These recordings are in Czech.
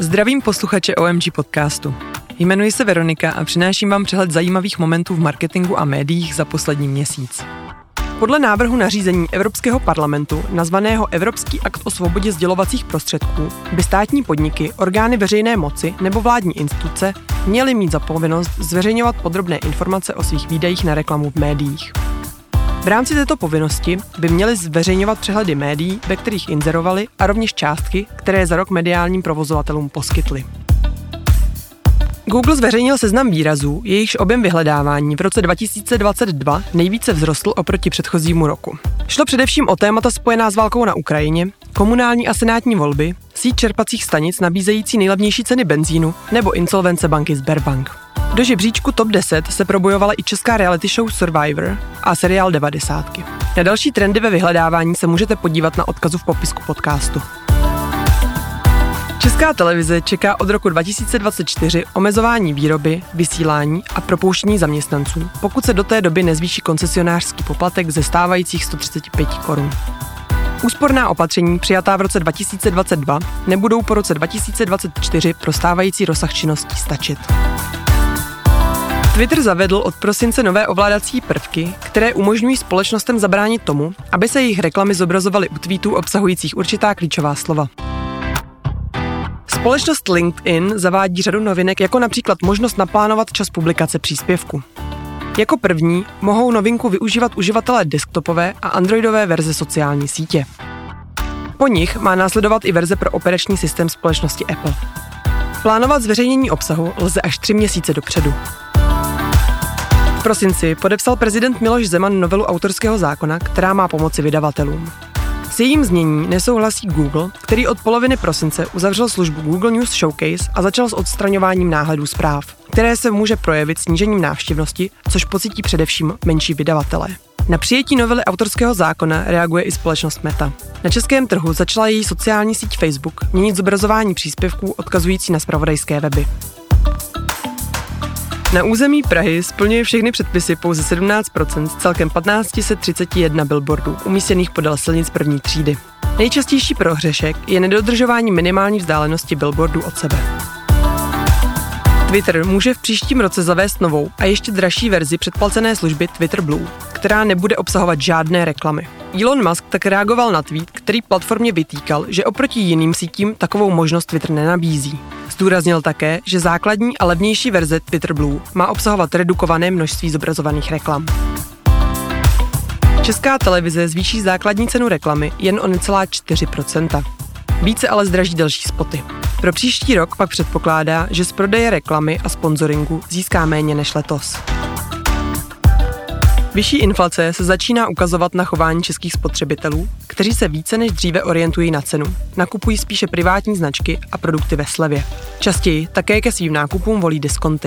Zdravím posluchače OMG podcastu. Jmenuji se Veronika a přináším vám přehled zajímavých momentů v marketingu a médiích za poslední měsíc. Podle návrhu nařízení Evropského parlamentu, nazvaného Evropský akt o svobodě sdělovacích prostředků, by státní podniky, orgány veřejné moci nebo vládní instituce měly mít za povinnost zveřejňovat podrobné informace o svých výdajích na reklamu v médiích. V rámci této povinnosti by měly zveřejňovat přehledy médií, ve kterých inzerovali, a rovněž částky, které za rok mediálním provozovatelům poskytly. Google zveřejnil seznam výrazů, jejichž objem vyhledávání v roce 2022 nejvíce vzrostl oproti předchozímu roku. Šlo především o témata spojená s válkou na Ukrajině, komunální a senátní volby, síť čerpacích stanic nabízející nejlevnější ceny benzínu nebo insolvence banky Sberbank. Do žebříčku Top 10 se probojovala i česká reality show Survivor a seriál 90. Na další trendy ve vyhledávání se můžete podívat na odkazu v popisku podcastu. Česká televize čeká od roku 2024 omezování výroby, vysílání a propouštění zaměstnanců, pokud se do té doby nezvýší koncesionářský poplatek ze stávajících 135 korun. Úsporná opatření přijatá v roce 2022 nebudou po roce 2024 pro stávající rozsah činností stačit. Twitter zavedl od prosince nové ovládací prvky, které umožňují společnostem zabránit tomu, aby se jejich reklamy zobrazovaly u tweetů obsahujících určitá klíčová slova. Společnost LinkedIn zavádí řadu novinek, jako například možnost naplánovat čas publikace příspěvku. Jako první mohou novinku využívat uživatelé desktopové a androidové verze sociální sítě. Po nich má následovat i verze pro operační systém společnosti Apple. Plánovat zveřejnění obsahu lze až 3 měsíce dopředu. V prosinci podepsal prezident Miloš Zeman novelu autorského zákona, která má pomoci vydavatelům. S jejím znění nesouhlasí Google, který od poloviny prosince uzavřel službu Google News Showcase a začal s odstraňováním náhledů zpráv, které se může projevit snížením návštěvnosti, což pocítí především menší vydavatelé. Na přijetí novely autorského zákona reaguje i společnost Meta. Na českém trhu začala její sociální síť Facebook měnit zobrazování příspěvků odkazující na zpravodajské weby. Na území Prahy splňuje všechny předpisy pouze 17% z celkem 1531 billboardů umístěných podél silnic první třídy. Nejčastější prohřešek je nedodržování minimální vzdálenosti billboardů od sebe. Twitter může v příštím roce zavést novou a ještě dražší verzi předplacené služby Twitter Blue, která nebude obsahovat žádné reklamy. Elon Musk tak reagoval na tweet, který platformě vytýkal, že oproti jiným sítím takovou možnost Twitter nenabízí. Zdůraznil také, že základní a levnější verze Twitter Blue má obsahovat redukované množství zobrazovaných reklam. Česká televize zvýší základní cenu reklamy jen o necelá 4%. Více ale zdraží další spoty. Pro příští rok pak předpokládá, že z prodeje reklamy a sponzoringu získá méně než letos. Vyšší inflace se začíná ukazovat na chování českých spotřebitelů, kteří se více než dříve orientují na cenu. Nakupují spíše privátní značky a produkty ve slevě. Častěji také ke svým nákupům volí diskonty.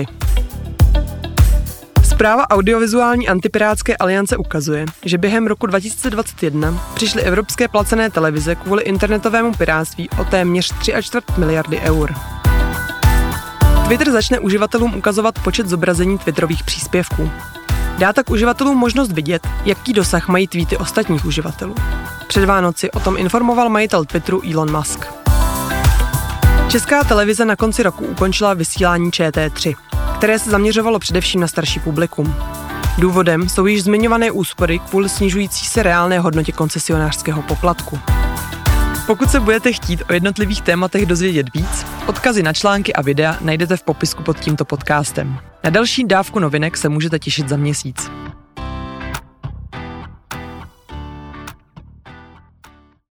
Zpráva audiovizuální antipirátské aliance ukazuje, že během roku 2021 přišly evropské placené televize kvůli internetovému pirátství o téměř 3,25 miliardy eur. Twitter začne uživatelům ukazovat počet zobrazení twitterových příspěvků. Dá tak uživatelům možnost vidět, jaký dosah mají tweety ostatních uživatelů. Před Vánoci o tom informoval majitel Twitteru Elon Musk. Česká televize na konci roku ukončila vysílání ČT3, které se zaměřovalo především na starší publikum. Důvodem jsou již zmiňované úspory kvůli snižující se reálné hodnotě koncesionářského poplatku. Pokud se budete chtít o jednotlivých tématech dozvědět víc, odkazy na články a videa najdete v popisku pod tímto podcastem. Na další dávku novinek se můžete těšit za měsíc.